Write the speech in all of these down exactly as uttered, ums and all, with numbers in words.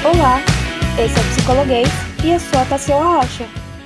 Olá, esse é o Psicologuês e eu sou a Tassila Rocha.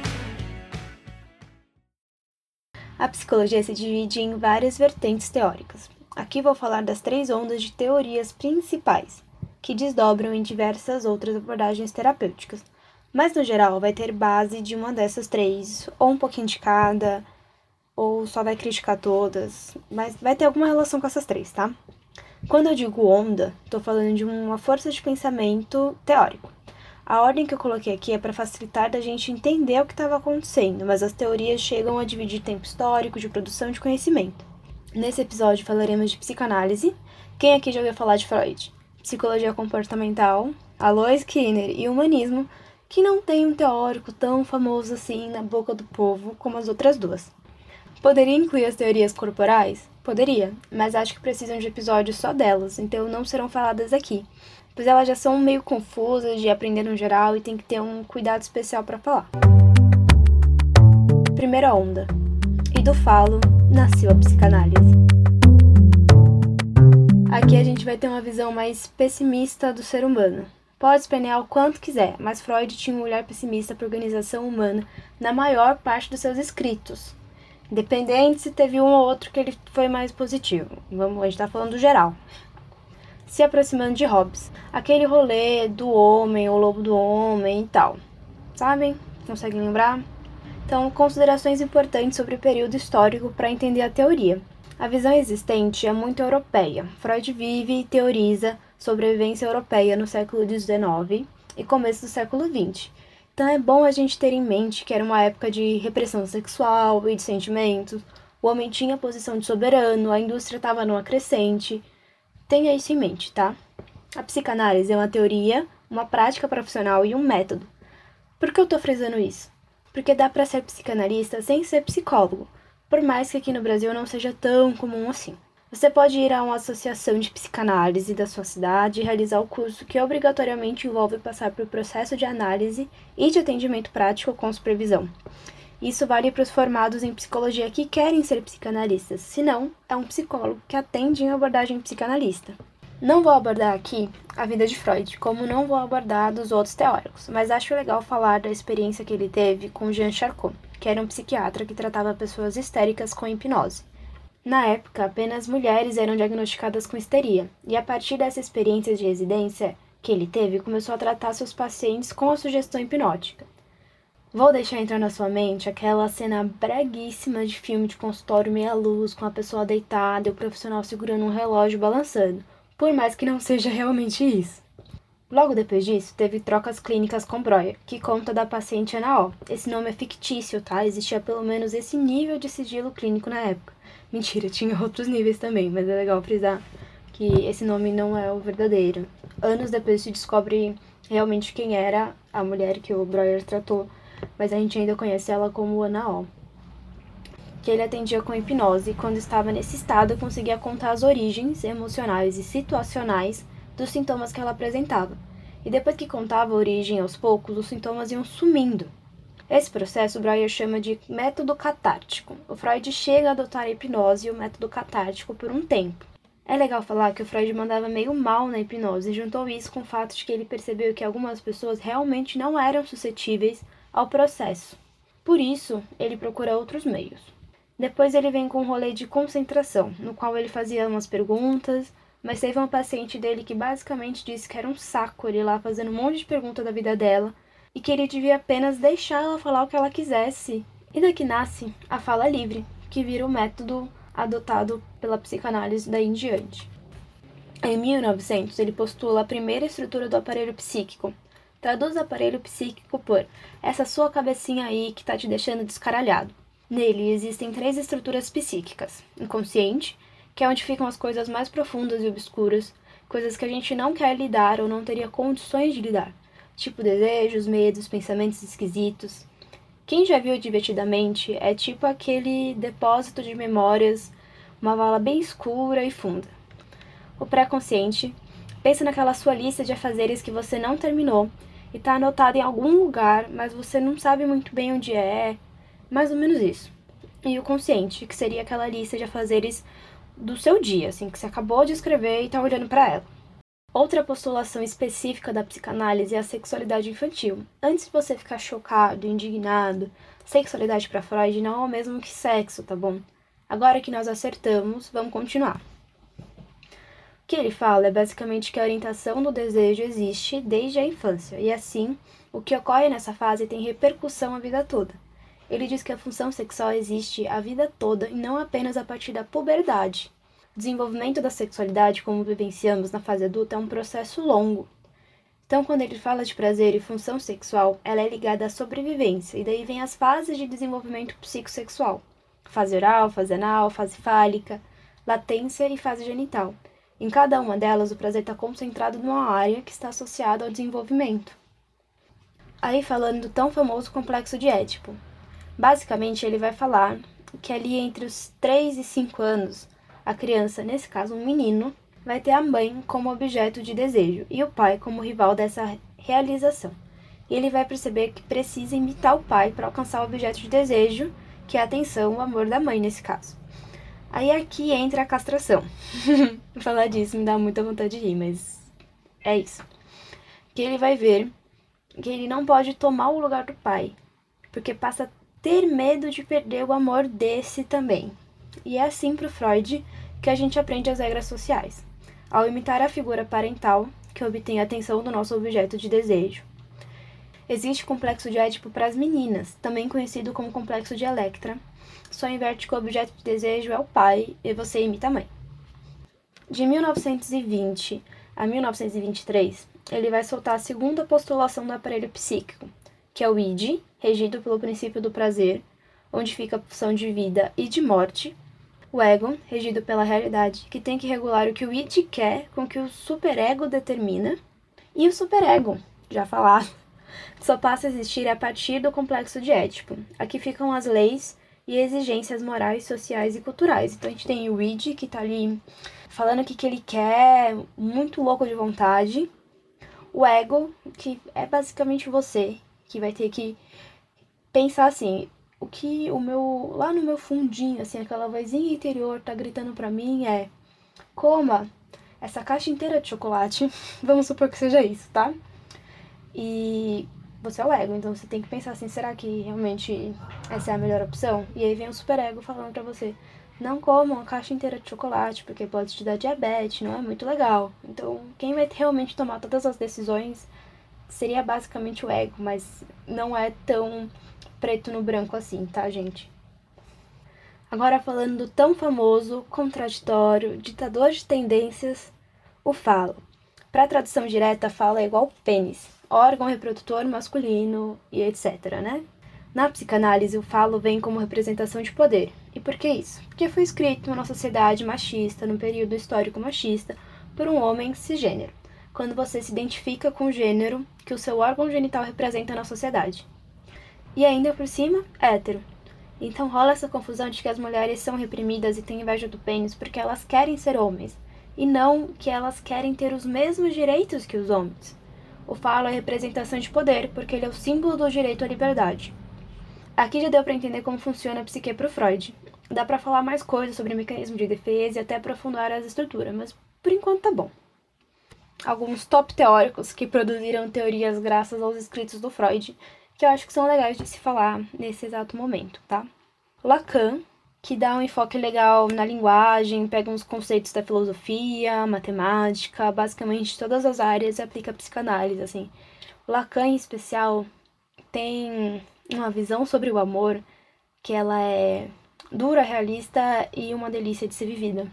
A psicologia se divide em várias vertentes teóricas. Aqui vou falar das três ondas de teorias principais, que desdobram em diversas outras abordagens terapêuticas. Mas, no geral, vai ter base de uma dessas três, ou um pouquinho de cada, ou só vai criticar todas, mas vai ter alguma relação com essas três, tá? Quando eu digo onda, estou falando de uma força de pensamento teórico. A ordem que eu coloquei aqui é para facilitar da gente entender o que estava acontecendo, mas as teorias chegam a dividir tempo histórico de produção de conhecimento. Nesse episódio falaremos de psicanálise. Quem aqui já ouviu falar de Freud? Psicologia comportamental, Alois Skinner e humanismo, que não tem um teórico tão famoso assim na boca do povo como as outras duas. Poderia incluir as teorias corporais? Poderia, mas acho que precisam de episódios só delas, então não serão faladas aqui, pois elas já são meio confusas de aprender no geral e tem que ter um cuidado especial para falar. Primeira onda. E do falo nasceu a psicanálise. Aqui a gente vai ter uma visão mais pessimista do ser humano. Pode espernear o quanto quiser, mas Freud tinha um olhar pessimista para a organização humana na maior parte dos seus escritos. Independente se teve um ou outro que ele foi mais positivo. Vamos, a gente tá falando do geral. Se aproximando de Hobbes. Aquele rolê do homem, o lobo do homem e tal. Sabem? Conseguem lembrar? Então, considerações importantes sobre o período histórico para entender a teoria. A visão existente é muito europeia. Freud vive e teoriza sobre a vivência europeia no século dezenove e começo do século vinte. Então é bom a gente ter em mente que era uma época de repressão sexual e de sentimentos, o homem tinha posição de soberano, a indústria estava numa crescente. Tenha isso em mente, tá? A psicanálise é uma teoria, uma prática profissional e um método. Por que eu tô frisando isso? Porque dá pra ser psicanalista sem ser psicólogo, por mais que aqui no Brasil não seja tão comum assim. Você pode ir a uma associação de psicanálise da sua cidade e realizar o curso que obrigatoriamente envolve passar por processo de análise e de atendimento prático com supervisão. Isso vale para os formados em psicologia que querem ser psicanalistas, se não, é um psicólogo que atende em abordagem psicanalista. Não vou abordar aqui a vida de Freud, como não vou abordar dos outros teóricos, mas acho legal falar da experiência que ele teve com Jean Charcot, que era um psiquiatra que tratava pessoas histéricas com hipnose. Na época, apenas mulheres eram diagnosticadas com histeria, e a partir dessa experiência de residência que ele teve, começou a tratar seus pacientes com a sugestão hipnótica. Vou deixar entrar na sua mente aquela cena breguíssima de filme de consultório meia-luz, com a pessoa deitada e o profissional segurando um relógio balançando, por mais que não seja realmente isso. Logo depois disso, teve trocas clínicas com Breuer, que conta da paciente Ana O. Esse nome é fictício, tá? Existia pelo menos esse nível de sigilo clínico na época. Mentira, tinha outros níveis também, mas é legal frisar que esse nome não é o verdadeiro. Anos depois se descobre realmente quem era a mulher que o Breuer tratou, mas a gente ainda conhece ela como Ana O. Que ele atendia com hipnose e quando estava nesse estado conseguia contar as origens emocionais e situacionais dos sintomas que ela apresentava. E depois que contava a origem aos poucos, os sintomas iam sumindo. Esse processo o Breuer chama de método catártico. O Freud chega a adotar a hipnose e o método catártico por um tempo. É legal falar que o Freud mandava meio mal na hipnose e juntou isso com o fato de que ele percebeu que algumas pessoas realmente não eram suscetíveis ao processo. Por isso, ele procura outros meios. Depois ele vem com um rolê de concentração, no qual ele fazia umas perguntas, mas teve uma paciente dele que basicamente disse que era um saco ele lá fazendo um monte de pergunta da vida dela, e que ele devia apenas deixar ela falar o que ela quisesse. E daqui nasce a fala livre, que vira o método adotado pela psicanálise daí em diante. Em mil e novecentos, ele postula a primeira estrutura do aparelho psíquico. Traduz aparelho psíquico por essa sua cabecinha aí que tá te deixando descaralhado. Nele existem três estruturas psíquicas. Inconsciente, que é onde ficam as coisas mais profundas e obscuras, coisas que a gente não quer lidar ou não teria condições de lidar. Tipo desejos, medos, pensamentos esquisitos. Quem já viu Divertidamente é tipo aquele depósito de memórias, uma vala bem escura e funda. O pré-consciente pensa naquela sua lista de afazeres que você não terminou e está anotada em algum lugar, mas você não sabe muito bem onde é, mais ou menos isso. E o consciente, que seria aquela lista de afazeres do seu dia, assim, que você acabou de escrever e está olhando para ela. Outra postulação específica da psicanálise é a sexualidade infantil. Antes de você ficar chocado, indignado, sexualidade para Freud não é o mesmo que sexo, tá bom? Agora que nós acertamos, vamos continuar. O que ele fala é basicamente que a orientação do desejo existe desde a infância, e assim, o que ocorre nessa fase tem repercussão a vida toda. Ele diz que a função sexual existe a vida toda e não apenas a partir da puberdade. O desenvolvimento da sexualidade, como vivenciamos na fase adulta, é um processo longo. Então, quando ele fala de prazer e função sexual, ela é ligada à sobrevivência, e daí vem as fases de desenvolvimento psicossexual. Fase oral, fase anal, fase fálica, latência e fase genital. Em cada uma delas, o prazer está concentrado numa área que está associada ao desenvolvimento. Aí, falando do tão famoso complexo de Édipo. Basicamente, ele vai falar que ali entre os três e cinco anos, a criança, nesse caso um menino, vai ter a mãe como objeto de desejo e o pai como rival dessa realização. E ele vai perceber que precisa imitar o pai para alcançar o objeto de desejo, que é a atenção, o amor da mãe nesse caso. Aí aqui entra a castração. Falar disso me dá muita vontade de rir, mas é isso. Que ele vai ver que ele não pode tomar o lugar do pai, porque passa a ter medo de perder o amor desse também. E é assim para o Freud que a gente aprende as regras sociais, ao imitar a figura parental que obtém a atenção do nosso objeto de desejo. Existe o complexo de Édipo para as meninas, também conhecido como complexo de Electra, só inverte que o objeto de desejo é o pai e você imita a mãe. De mil novecentos e vinte a mil novecentos e vinte e três, ele vai soltar a segunda postulação do aparelho psíquico, que é o id, regido pelo princípio do prazer, onde fica a pulsão de vida e de morte, o ego, regido pela realidade, que tem que regular o que o id quer com o que o superego determina, e o superego, já falado, só passa a existir a partir do complexo de Édipo. Aqui ficam as leis e exigências morais, sociais e culturais. Então a gente tem o id, que tá ali falando o que, que ele quer, muito louco de vontade, o ego, que é basicamente você, que vai ter que pensar assim, o que o meu, lá no meu fundinho, assim, aquela vozinha interior tá gritando pra mim é: coma essa caixa inteira de chocolate, vamos supor que seja isso, tá? E você é o ego, então você tem que pensar assim, será que realmente essa é a melhor opção? E aí vem o superego falando pra você: não coma uma caixa inteira de chocolate, porque pode te dar diabetes, não é muito legal. Então, quem vai realmente tomar todas as decisões seria basicamente o ego, mas não é tão preto no branco assim, tá, gente? Agora falando do tão famoso, contraditório, ditador de tendências, o falo. Para tradução direta, fala é igual pênis, órgão reprodutor masculino e etc, né? Na psicanálise, o falo vem como representação de poder. E por que isso? Porque foi escrito numa sociedade machista, num período histórico machista, por um homem cisgênero, quando você se identifica com o gênero que o seu órgão genital representa na sociedade. E ainda por cima, hétero. Então rola essa confusão de que as mulheres são reprimidas e têm inveja do pênis porque elas querem ser homens, e não que elas querem ter os mesmos direitos que os homens. O falo é representação de poder porque ele é o símbolo do direito à liberdade. Aqui já deu para entender como funciona a psique pro Freud. Dá para falar mais coisas sobre o mecanismo de defesa e até aprofundar as estruturas, mas por enquanto tá bom. Alguns top teóricos que produziram teorias graças aos escritos do Freud, que eu acho que são legais de se falar nesse exato momento, tá? Lacan, que dá um enfoque legal na linguagem, pega uns conceitos da filosofia, matemática, basicamente todas as áreas e aplica a psicanálise, assim. Lacan, em especial, tem uma visão sobre o amor que ela é dura, realista e uma delícia de ser vivida.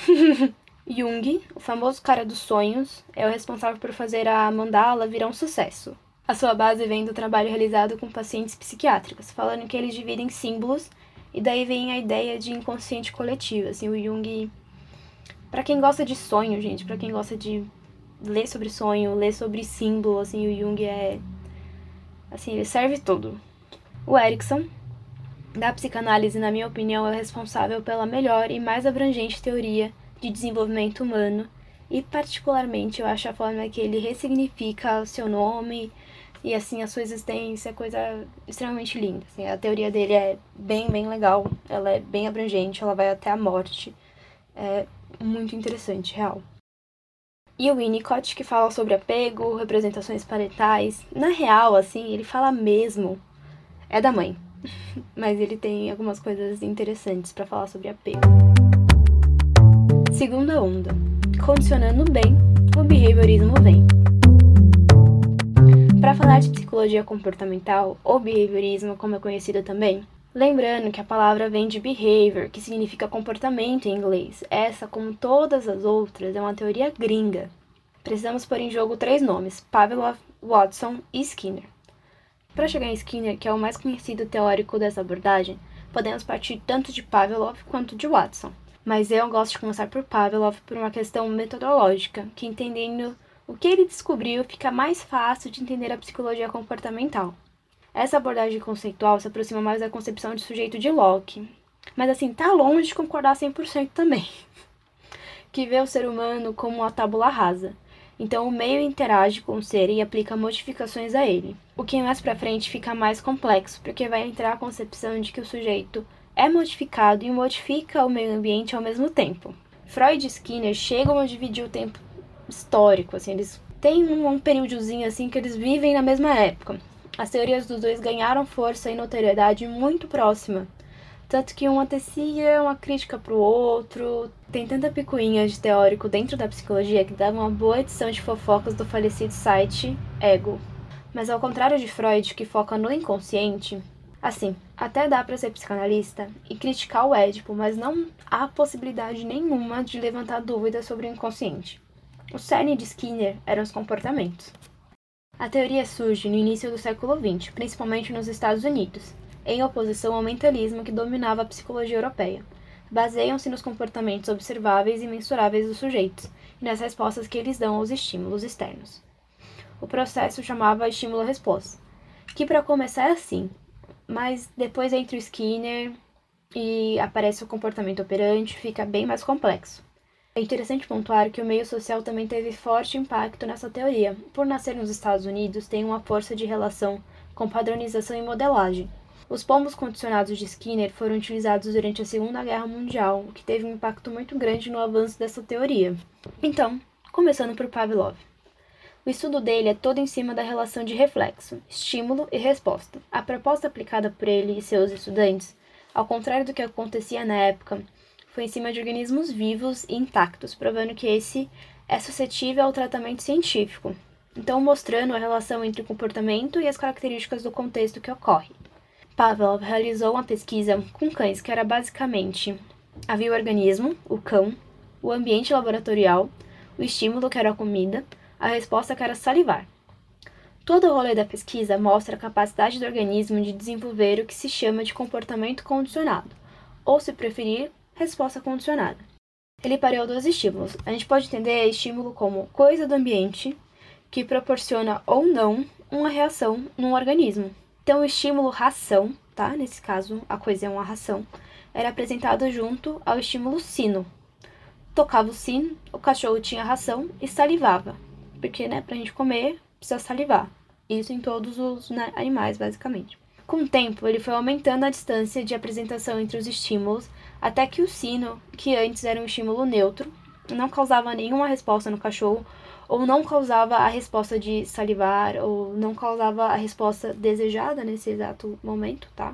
Jung, o famoso cara dos sonhos, é o responsável por fazer a mandala virar um sucesso. A sua base vem do trabalho realizado com pacientes psiquiátricos, falando que eles dividem símbolos, e daí vem a ideia de inconsciente coletivo. Assim, o Jung, pra quem gosta de sonho, gente, pra quem gosta de ler sobre sonho, ler sobre símbolo, assim, o Jung é, assim, ele serve tudo. O Erikson, da psicanálise, na minha opinião, é o responsável pela melhor e mais abrangente teoria de desenvolvimento humano, e particularmente eu acho a forma que ele ressignifica o seu nome e assim a sua existência, coisa extremamente linda. Assim, a teoria dele é bem, bem legal, ela é bem abrangente, ela vai até a morte, é muito interessante, real. E o Winnicott, que fala sobre apego, representações parentais. Na real, assim, ele fala mesmo, é da mãe. Mas ele tem algumas coisas interessantes para falar sobre apego. Segunda onda. Condicionando bem, o behaviorismo vem. Para falar de psicologia comportamental, ou behaviorismo, como é conhecido também, lembrando que a palavra vem de behavior, que significa comportamento em inglês. Essa, como todas as outras, é uma teoria gringa. Precisamos pôr em jogo três nomes: Pavlov, Watson e Skinner. Para chegar em Skinner, que é o mais conhecido teórico dessa abordagem, podemos partir tanto de Pavlov quanto de Watson. Mas eu gosto de começar por Pavlov por uma questão metodológica, que entendendo o que ele descobriu fica mais fácil de entender a psicologia comportamental. Essa abordagem conceitual se aproxima mais da concepção de sujeito de Locke, mas assim, tá longe de concordar cem por cento também, que vê o ser humano como uma tábula rasa. Então o meio interage com o ser e aplica modificações a ele. O que mais pra frente fica mais complexo, porque vai entrar a concepção de que o sujeito é modificado e modifica o meio ambiente ao mesmo tempo. Freud e Skinner chegam a dividir o tempo histórico, assim, eles têm um, um períodozinho assim que eles vivem na mesma época. As teorias dos dois ganharam força e notoriedade muito próxima. Tanto que uma tecia uma crítica pro outro. Tem tanta picuinha de teórico dentro da psicologia que dava uma boa edição de fofocas do falecido site Ego. Mas ao contrário de Freud, que foca no inconsciente, assim, até dá pra ser psicanalista e criticar o Édipo, mas não há possibilidade nenhuma de levantar dúvidas sobre o inconsciente. O cerne de Skinner eram os comportamentos. A teoria surge no início do século vinte, principalmente nos Estados Unidos, em oposição ao mentalismo que dominava a psicologia europeia. Baseiam-se nos comportamentos observáveis e mensuráveis dos sujeitos, e nas respostas que eles dão aos estímulos externos. O processo chamava estímulo-resposta, que para começar é assim, mas depois entra o Skinner e aparece o comportamento operante, fica bem mais complexo. É interessante pontuar que o meio social também teve forte impacto nessa teoria. Por nascer nos Estados Unidos, tem uma força de relação com padronização e modelagem. Os pombos condicionados de Skinner foram utilizados durante a Segunda Guerra Mundial, o que teve um impacto muito grande no avanço dessa teoria. Então, começando por Pavlov. O estudo dele é todo em cima da relação de reflexo, estímulo e resposta. A proposta aplicada por ele e seus estudantes, ao contrário do que acontecia na época, foi em cima de organismos vivos e intactos, provando que esse é suscetível ao tratamento científico. Então, mostrando a relação entre o comportamento e as características do contexto que ocorre. Pavlov realizou uma pesquisa com cães que era basicamente: havia o organismo, o cão, o ambiente laboratorial, o estímulo, que era a comida, a resposta, que era salivar. Todo o rolê da pesquisa mostra a capacidade do organismo de desenvolver o que se chama de comportamento condicionado, ou, se preferir, resposta condicionada. Ele pareou dois estímulos. A gente pode entender estímulo como coisa do ambiente, que proporciona ou não uma reação num organismo. Então, o estímulo ração, tá? Nesse caso, a coisa é uma ração, era apresentado junto ao estímulo sino. Tocava o sino, o cachorro tinha ração e salivava. Porque, né, pra gente comer, precisa salivar. Isso em todos os, né, animais, basicamente. Com o tempo, ele foi aumentando a distância de apresentação entre os estímulos, até que o sino, que antes era um estímulo neutro, não causava nenhuma resposta no cachorro, ou não causava a resposta de salivar, ou não causava a resposta desejada nesse exato momento, tá?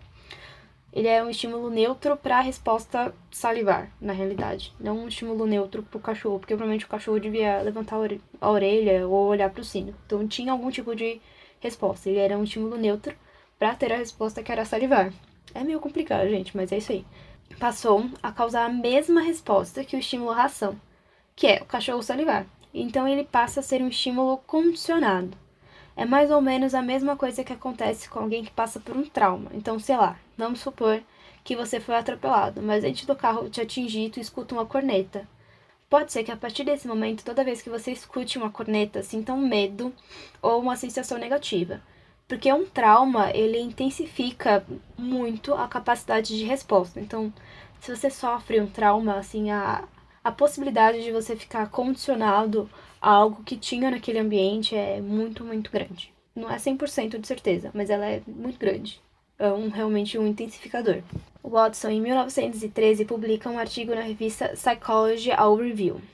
Ele é um estímulo neutro para a resposta salivar, na realidade. Não um estímulo neutro para o cachorro, porque provavelmente o cachorro devia levantar a orelha ou olhar para o sino. Então tinha algum tipo de resposta. Ele era um estímulo neutro para ter a resposta, que era salivar. É meio complicado, gente, mas é isso aí. Passou a causar a mesma resposta que o estímulo ração, que é o cachorro salivar. Então ele passa a ser um estímulo condicionado. É mais ou menos a mesma coisa que acontece com alguém que passa por um trauma. Então, sei lá, vamos supor que você foi atropelado, mas antes do carro te atingir, tu escuta uma corneta. Pode ser que a partir desse momento, toda vez que você escute uma corneta, sinta um medo ou uma sensação negativa. Porque um trauma, ele intensifica muito a capacidade de resposta. Então, se você sofre um trauma, assim, a, a possibilidade de você ficar condicionado a algo que tinha naquele ambiente é muito, muito grande. Não é cem por cento de certeza, mas ela é muito grande. É um, realmente um intensificador. O Watson, em mil novecentos e treze, publica um artigo na revista Psychology All Review.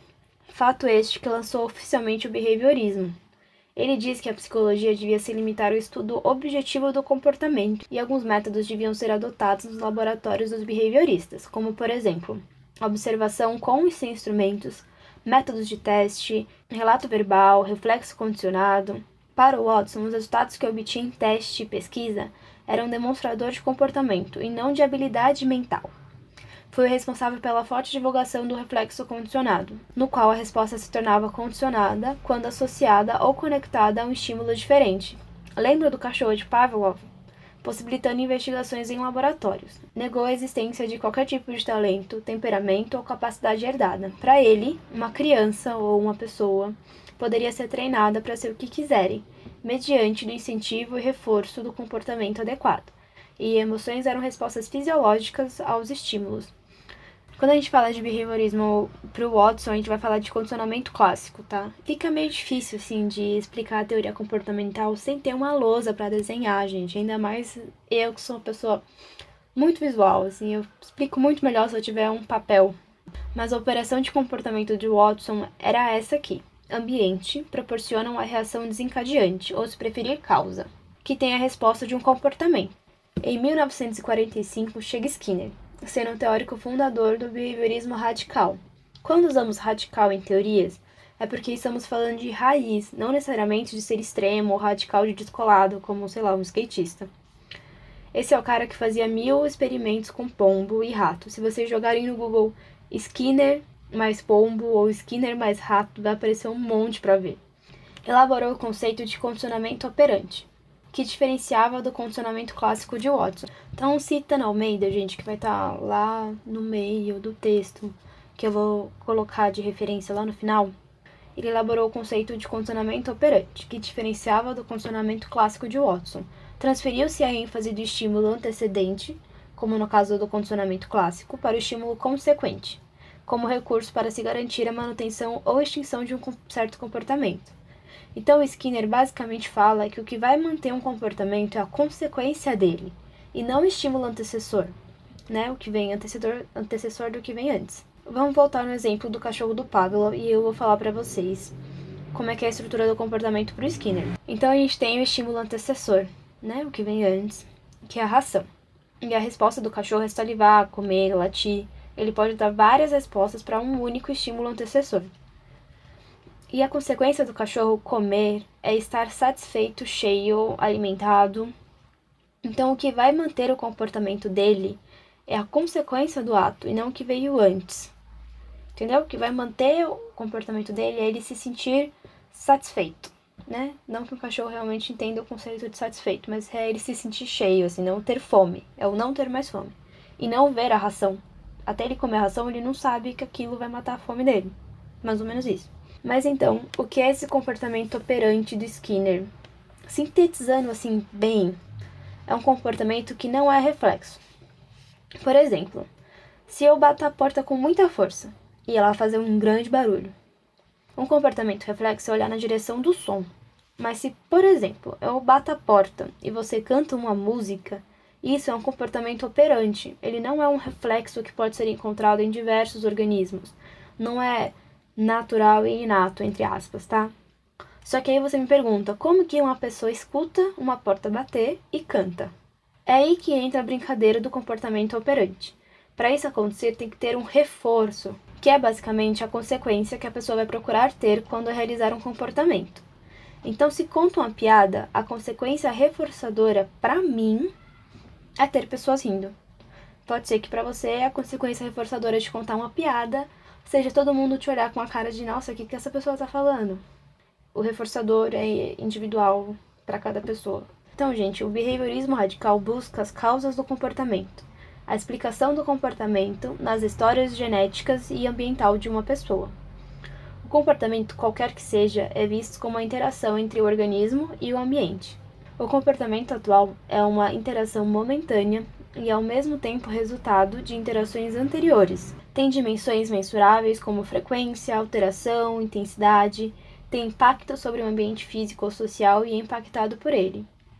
Fato este que lançou oficialmente o behaviorismo. Ele diz que a psicologia devia se limitar ao estudo objetivo do comportamento e alguns métodos deviam ser adotados nos laboratórios dos behavioristas, como, por exemplo, observação com e sem instrumentos, métodos de teste, relato verbal, reflexo condicionado. Para o Watson, os resultados que obtinha em teste e pesquisa eram demonstrador de comportamento e não de habilidade mental. Foi o responsável pela forte divulgação do reflexo condicionado, no qual a resposta se tornava condicionada quando associada ou conectada a um estímulo diferente. Lembra do cachorro de Pavlov? Possibilitando investigações em laboratórios. Negou a existência de qualquer tipo de talento, temperamento ou capacidade herdada. Para ele, uma criança ou uma pessoa poderia ser treinada para ser o que quiserem, mediante do incentivo e reforço do comportamento adequado. E emoções eram respostas fisiológicas aos estímulos. Quando a gente fala de behaviorismo pro Watson, a gente vai falar de condicionamento clássico, tá? Fica meio difícil, assim, de explicar a teoria comportamental sem ter uma lousa para desenhar, gente. Ainda mais eu, que sou uma pessoa muito visual, assim, eu explico muito melhor se eu tiver um papel. Mas a operação de comportamento de Watson era essa aqui. Ambiente proporciona uma reação desencadeante, ou se preferir, causa, que tem a resposta de um comportamento. Em mil novecentos e quarenta e cinco, chega Skinner, sendo um teórico fundador do behaviorismo radical. Quando usamos radical em teorias, é porque estamos falando de raiz, não necessariamente de ser extremo ou radical de descolado, como, sei lá, um skatista. Esse é o cara que fazia mil experimentos com pombo e rato. Se vocês jogarem no Google Skinner mais pombo ou Skinner mais rato, vai aparecer um monte para ver. Elaborou o conceito de condicionamento operante, que diferenciava do condicionamento clássico de Watson. Então, cita na Almeida, gente, que vai estar tá lá no meio do texto, que eu vou colocar de referência lá no final. Ele elaborou o conceito de condicionamento operante, que diferenciava do condicionamento clássico de Watson. Transferiu-se a ênfase do estímulo antecedente, como no caso do condicionamento clássico, para o estímulo consequente, como recurso para se garantir a manutenção ou extinção de um certo comportamento. Então, Skinner basicamente fala que o que vai manter um comportamento é a consequência dele, e não o estímulo antecessor, né? O que vem antecessor, antecessor do que vem antes. Vamos voltar no exemplo do cachorro do Pavlov e eu vou falar para vocês como é que é a estrutura do comportamento para o Skinner. Então, a gente tem o estímulo antecessor, né? O que vem antes, que é a ração. E a resposta do cachorro é salivar, comer, latir. Ele pode dar várias respostas para um único estímulo antecessor. E a consequência do cachorro comer é estar satisfeito, cheio, alimentado. Então, o que vai manter o comportamento dele é a consequência do ato e não o que veio antes. Entendeu? O que vai manter o comportamento dele é ele se sentir satisfeito, né? Não que o cachorro realmente entenda o conceito de satisfeito, mas é ele se sentir cheio, assim, não ter fome. É o não ter mais fome. E não ver a ração. Até ele comer a ração, ele não sabe que aquilo vai matar a fome dele. Mais ou menos isso. Mas então, o que é esse comportamento operante do Skinner? Sintetizando assim bem, é um comportamento que não é reflexo. Por exemplo, se eu bato a porta com muita força e ela fazer um grande barulho, um comportamento reflexo é olhar na direção do som. Mas se, por exemplo, eu bato a porta e você canta uma música, isso é um comportamento operante. Ele não é um reflexo que pode ser encontrado em diversos organismos. Não é natural e inato, entre aspas, tá? Só que aí você me pergunta, como que uma pessoa escuta uma porta bater e canta? É aí que entra a brincadeira do comportamento operante. Para isso acontecer, tem que ter um reforço, que é basicamente a consequência que a pessoa vai procurar ter quando realizar um comportamento. Então, se conta uma piada, a consequência reforçadora, para mim, é ter pessoas rindo. Pode ser que para você a consequência reforçadora de contar uma piada seja todo mundo te olhar com a cara de, nossa, o que, que essa pessoa tá falando? O reforçador é individual para cada pessoa. Então, gente, o behaviorismo radical busca as causas do comportamento, a explicação do comportamento nas histórias genéticas e ambiental de uma pessoa. O comportamento, qualquer que seja, é visto como uma interação entre o organismo e o ambiente. O comportamento atual é uma interação momentânea e ao mesmo tempo resultado de interações anteriores. Tem dimensões mensuráveis como frequência, alteração, intensidade, tem impacto sobre o ambiente físico ou social e é impactado por ele.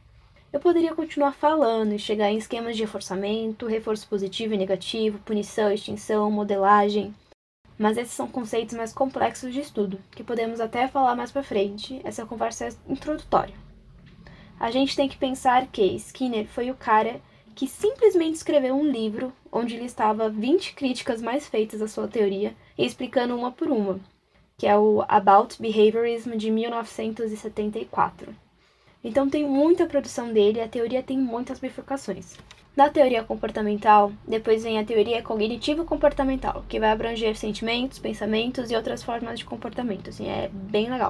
Eu poderia continuar falando e chegar em esquemas de reforçamento, reforço positivo e negativo, punição, extinção, modelagem. Mas esses são conceitos mais complexos de estudo, que podemos até falar mais pra frente. Essa conversa é introdutória. A gente tem que pensar que Skinner foi o cara que simplesmente escreveu um livro onde listava vinte críticas mais feitas à sua teoria e explicando uma por uma, que é o About Behaviorism de mil novecentos e setenta e quatro. Então tem muita produção dele e a teoria tem muitas bifurcações. Da teoria comportamental, depois vem a teoria cognitivo-comportamental, que vai abranger sentimentos, pensamentos e outras formas de comportamento. Assim, é bem legal.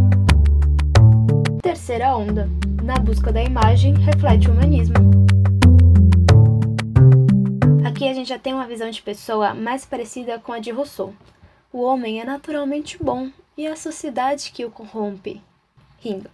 Terceira onda. Na busca da imagem, reflete o humanismo. Aqui a gente já tem uma visão de pessoa mais parecida com a de Rousseau. O homem é naturalmente bom e é a sociedade que o corrompe. Rindo.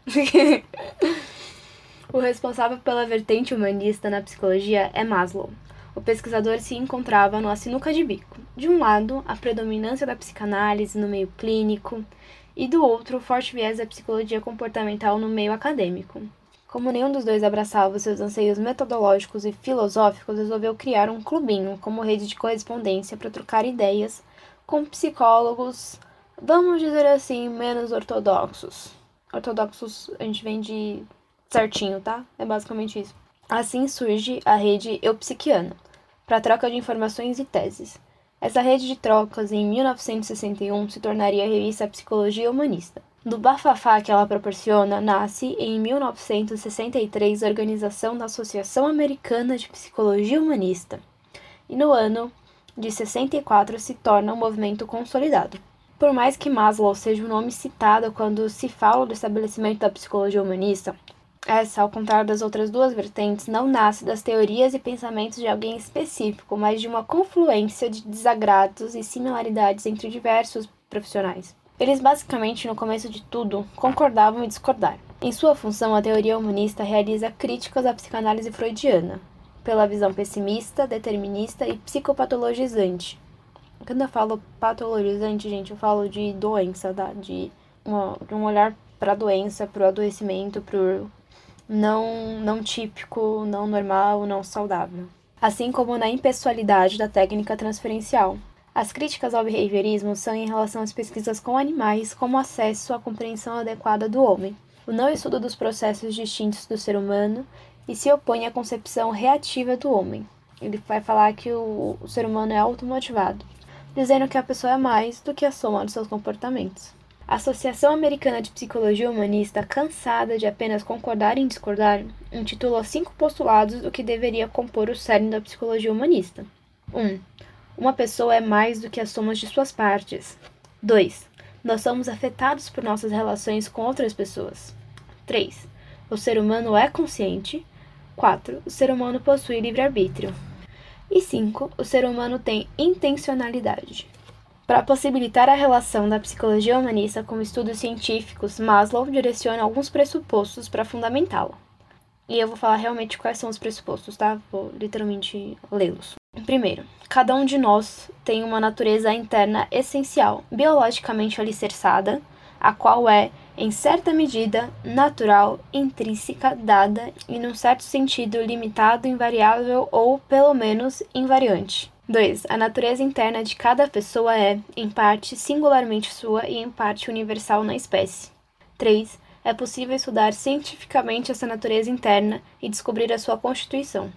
O responsável pela vertente humanista na psicologia é Maslow. O pesquisador se encontrava numa sinuca de bico. De um lado, a predominância da psicanálise no meio clínico, e do outro, o forte viés da psicologia comportamental no meio acadêmico. Como nenhum dos dois abraçava seus anseios metodológicos e filosóficos, resolveu criar um clubinho como rede de correspondência para trocar ideias com psicólogos, vamos dizer assim, menos ortodoxos. Ortodoxos a gente vem de certinho, tá? É basicamente isso. Assim surge a rede Eupsiquiana, para troca de informações e teses. Essa rede de trocas, em mil novecentos e sessenta e um, se tornaria a revista Psicologia Humanista. Do bafafá que ela proporciona, nasce, em mil novecentos e sessenta e três, a organização da Associação Americana de Psicologia Humanista. E no ano de sessenta e quatro se torna um movimento consolidado. Por mais que Maslow seja o nome citado quando se fala do estabelecimento da psicologia humanista, essa, ao contrário das outras duas vertentes, não nasce das teorias e pensamentos de alguém específico, mas de uma confluência de desagrados e similaridades entre diversos profissionais. Eles basicamente, no começo de tudo, concordavam em discordar. Em sua função, a teoria humanista realiza críticas à psicanálise freudiana, pela visão pessimista, determinista e psicopatologizante. Quando eu falo patologizante, gente, eu falo de doença, tá? de, uma, de um olhar para a doença, para o adoecimento, para o não, não típico, não normal, não saudável. Assim como na impessoalidade da técnica transferencial. As críticas ao behaviorismo são em relação às pesquisas com animais como acesso à compreensão adequada do homem, o não estudo dos processos distintos do ser humano e se opõe à concepção reativa do homem. Ele vai falar que o, o ser humano é automotivado, dizendo que a pessoa é mais do que a soma dos seus comportamentos. A Associação Americana de Psicologia Humanista, cansada de apenas concordar em discordar, intitulou cinco postulados do que deveria compor o cerne da psicologia humanista. um. Uma pessoa é mais do que a soma de suas partes. dois. Nós somos afetados por nossas relações com outras pessoas. três. O ser humano é consciente. quatro. O ser humano possui livre-arbítrio. E cinco. O ser humano tem intencionalidade. Para possibilitar a relação da psicologia humanista com estudos científicos, Maslow direciona alguns pressupostos para fundamentá-la. E eu vou falar realmente quais são os pressupostos, tá? Vou literalmente lê-los. Primeiro, cada um de nós tem uma natureza interna essencial, biologicamente alicerçada, a qual é, em certa medida, natural, intrínseca, dada e, num certo sentido, limitado, invariável ou, pelo menos, invariante. dois. A natureza interna de cada pessoa é, em parte, singularmente sua e em parte universal na espécie. três. É possível estudar cientificamente essa natureza interna e descobrir a sua constituição.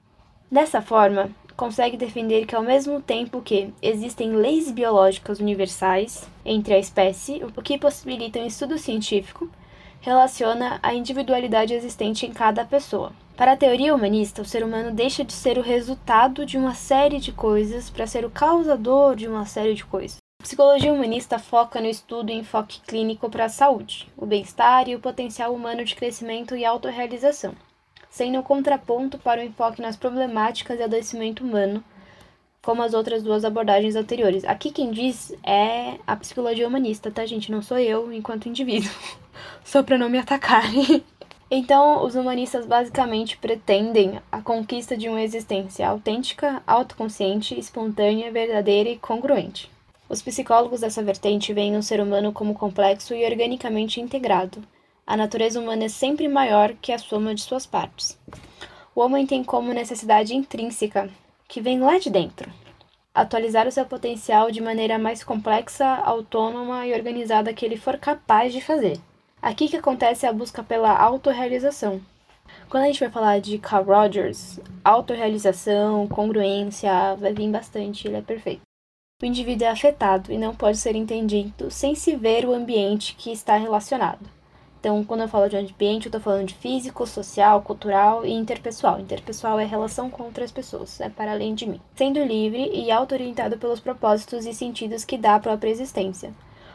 Dessa forma, consegue defender que, ao mesmo tempo que existem leis biológicas universais entre a espécie, o que possibilita um estudo científico, relaciona a individualidade existente em cada pessoa. Para a teoria humanista, o ser humano deixa de ser o resultado de uma série de coisas para ser o causador de uma série de coisas. A psicologia humanista foca no estudo e enfoque clínico para a saúde, o bem-estar e o potencial humano de crescimento e autorrealização, sendo um contraponto para o enfoque nas problemáticas e adoecimento humano, como as outras duas abordagens anteriores. Aqui quem diz é a psicologia humanista, tá, gente? Não sou eu enquanto indivíduo, só para não me atacarem. Então, os humanistas basicamente pretendem a conquista de uma existência autêntica, autoconsciente, espontânea, verdadeira e congruente. Os psicólogos dessa vertente veem o ser humano como complexo e organicamente integrado. A natureza humana é sempre maior que a soma de suas partes. O homem tem como necessidade intrínseca, que vem lá de dentro, atualizar o seu potencial de maneira mais complexa, autônoma e organizada que ele for capaz de fazer. Aqui que acontece a busca pela autorrealização. Quando a gente vai falar de Carl Rogers, autorrealização, congruência, vai vir bastante, ele é perfeito. O indivíduo é afetado e não pode ser entendido sem se ver o ambiente que está relacionado. Então, quando eu falo de ambiente, eu estou falando de físico, social, cultural e interpessoal. Interpessoal é relação com outras pessoas, é para além de mim. Sendo livre e auto-orientado pelos propósitos e sentidos que dá a própria existência.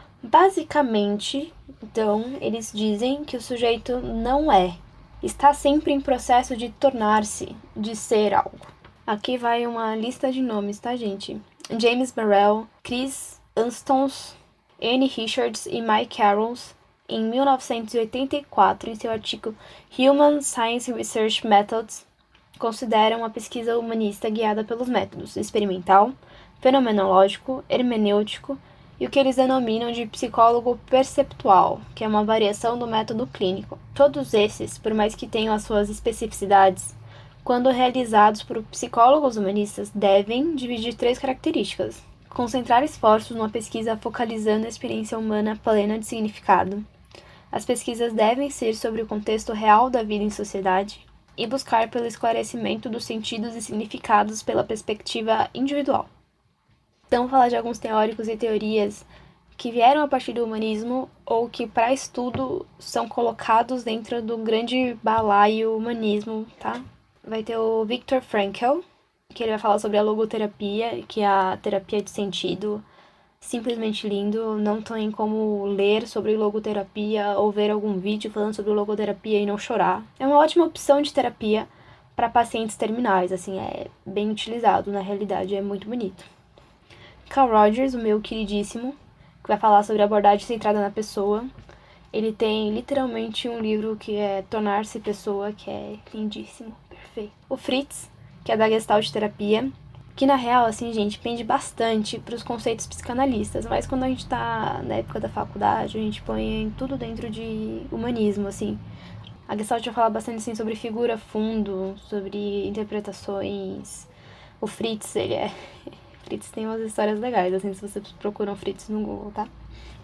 Basicamente, então, eles dizem que o sujeito não é, está sempre em processo de tornar-se, de ser algo. Aqui vai uma lista de nomes, tá, gente? James Burrell, Chris Anstons, Anne Richards e Mike Carroll, em mil novecentos e oitenta e quatro, em seu artigo Human Science Research Methods, consideram a pesquisa humanista guiada pelos métodos experimental, fenomenológico, hermenêutico e o que eles denominam de psicólogo perceptual, que é uma variação do método clínico. Todos esses, por mais que tenham as suas especificidades, quando realizados por psicólogos humanistas, devem dividir três características. Concentrar esforços numa pesquisa focalizando a experiência humana plena de significado. As pesquisas devem ser sobre o contexto real da vida em sociedade e buscar pelo esclarecimento dos sentidos e significados pela perspectiva individual. Então, vou falar de alguns teóricos e teorias que vieram a partir do humanismo ou que, para estudo, são colocados dentro do grande balaio humanismo, tá? Vai ter o Viktor Frankl, que ele vai falar sobre a logoterapia, que é a terapia de sentido. Simplesmente lindo, não tem como ler sobre logoterapia ou ver algum vídeo falando sobre logoterapia e não chorar. É uma ótima opção de terapia para pacientes terminais, assim, é bem utilizado, na realidade, é muito bonito. Carl Rogers, o meu queridíssimo, que vai falar sobre abordagem centrada na pessoa. Ele tem literalmente um livro que é Tornar-se Pessoa, que é lindíssimo, perfeito. O Fritz, que é da Gestalt terapia, que na real, assim, gente, pende bastante para os conceitos psicanalistas, mas quando a gente tá na época da faculdade, a gente põe tudo dentro de humanismo, assim. A Gestalt vai falar bastante, assim, sobre figura fundo, sobre interpretações. O Fritz, ele é... Fritz tem umas histórias legais, assim, se vocês procuram Fritz no Google, tá?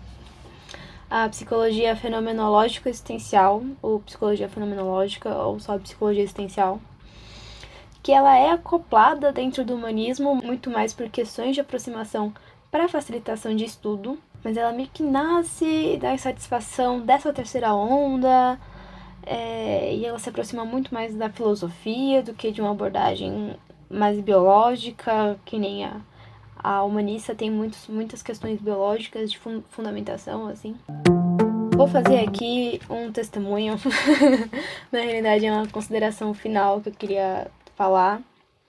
A psicologia fenomenológica existencial, ou psicologia fenomenológica, ou só psicologia existencial, que ela é acoplada dentro do humanismo, muito mais por questões de aproximação para facilitação de estudo, mas ela meio que nasce da insatisfação dessa terceira onda, é, e ela se aproxima muito mais da filosofia do que de uma abordagem mais biológica, que nem a, a humanista tem muitos, muitas questões biológicas de fun- fundamentação, assim. Vou fazer aqui um testemunho, na realidade é uma consideração final que eu queria falar,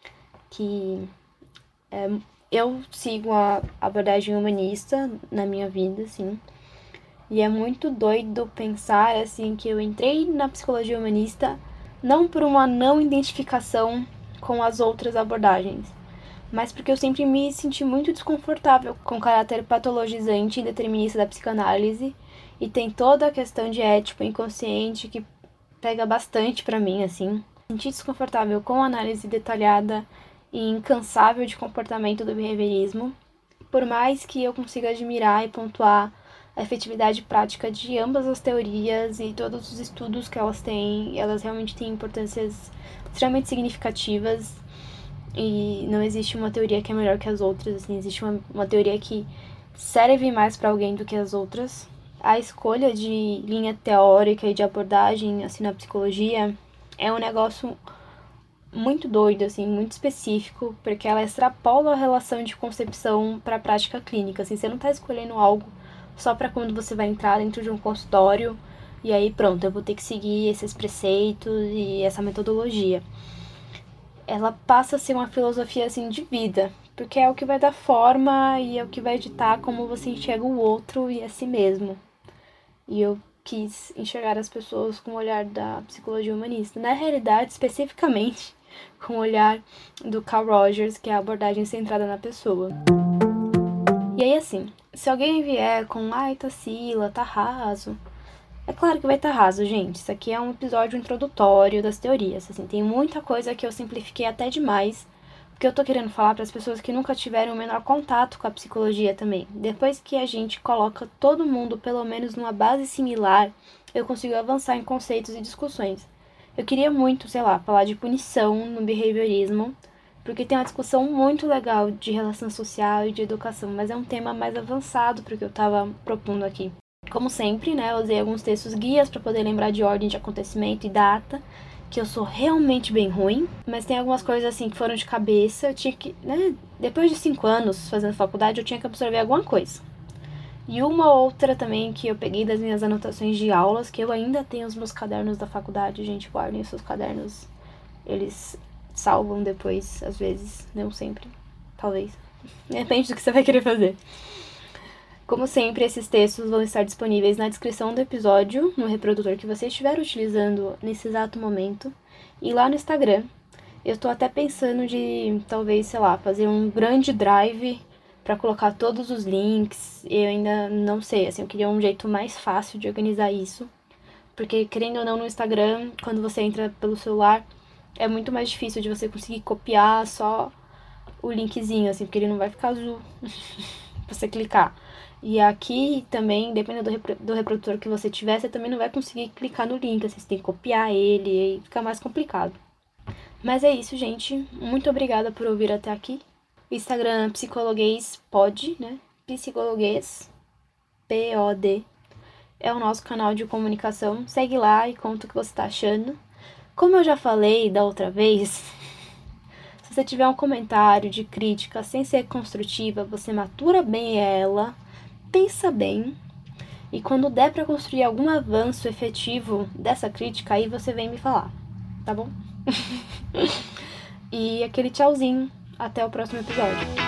que é, eu sigo a abordagem humanista na minha vida, assim, e é muito doido pensar, assim, que eu entrei na psicologia humanista não por uma não identificação com as outras abordagens, mas porque eu sempre me senti muito desconfortável com o caráter patologizante e determinista da psicanálise, e tem toda a questão de ético inconsciente que pega bastante pra mim, assim. Senti desconfortável com a análise detalhada e incansável de comportamento do behaviorismo, por mais que eu consiga admirar e pontuar a efetividade prática de ambas as teorias e todos os estudos que elas têm, elas realmente têm importâncias extremamente significativas e não existe uma teoria que é melhor que as outras, assim, existe uma, uma teoria que serve mais para alguém do que as outras. A escolha de linha teórica e de abordagem, assim, na psicologia é um negócio muito doido, assim, muito específico, porque ela extrapola a relação de concepção para a prática clínica, assim, você não tá escolhendo algo só para quando você vai entrar dentro de um consultório e aí pronto, eu vou ter que seguir esses preceitos e essa metodologia. Ela passa a ser uma filosofia, assim, de vida, porque é o que vai dar forma e é o que vai ditar como você enxerga o outro e a si mesmo. E eu quis enxergar as pessoas com o olhar da psicologia humanista. Na realidade, especificamente, com o olhar do Carl Rogers, que é a abordagem centrada na pessoa. E aí, assim, se alguém vier com, ai, Tarsila, tá raso... É claro que vai estar raso, gente. Isso aqui é um episódio introdutório das teorias, assim. Tem muita coisa que eu simplifiquei até demais, Porque eu tô querendo falar para as pessoas que nunca tiveram o menor contato com a psicologia também. Depois que a gente coloca todo mundo pelo menos numa base similar, eu consigo avançar em conceitos e discussões. Eu queria muito, sei lá, falar de punição no behaviorismo, porque tem uma discussão muito legal de relação social e de educação, mas é um tema mais avançado para o que eu estava propondo aqui. Como sempre, né, eu usei alguns textos guias para poder lembrar de ordem de acontecimento e data, que eu sou realmente bem ruim, mas tem algumas coisas assim que foram de cabeça, eu tinha que, né, depois de cinco anos fazendo faculdade, eu tinha que absorver alguma coisa. E uma outra também que eu peguei das minhas anotações de aulas, que eu ainda tenho os meus cadernos da faculdade, gente, guardem os seus cadernos, eles salvam depois, às vezes, não sempre, talvez, depende do que você vai querer fazer. Como sempre, esses textos vão estar disponíveis na descrição do episódio, no reprodutor que você estiver utilizando nesse exato momento, e lá no Instagram. Eu tô até pensando de, talvez, sei lá, fazer um grande drive para colocar todos os links. Eu ainda não sei, assim, eu queria um jeito mais fácil de organizar isso, porque, querendo ou não, no Instagram, quando você entra pelo celular, é muito mais difícil de você conseguir copiar só o linkzinho, assim, porque ele não vai ficar azul pra você clicar. E aqui também, dependendo do, repro- do reprodutor que você tiver, você também não vai conseguir clicar no link, assim, você tem que copiar ele e fica mais complicado. Mas é isso, gente. Muito obrigada por ouvir até aqui. O Instagram Psicologuês Pod, né? Psicologuês, P O D, é o nosso canal de comunicação. Segue lá e conta o que você tá achando. Como eu já falei da outra vez, se você tiver um comentário de crítica sem ser construtiva, você matura bem ela, pensa bem, e quando der pra construir algum avanço efetivo dessa crítica, aí você vem me falar, tá bom? E aquele tchauzinho, até o próximo episódio.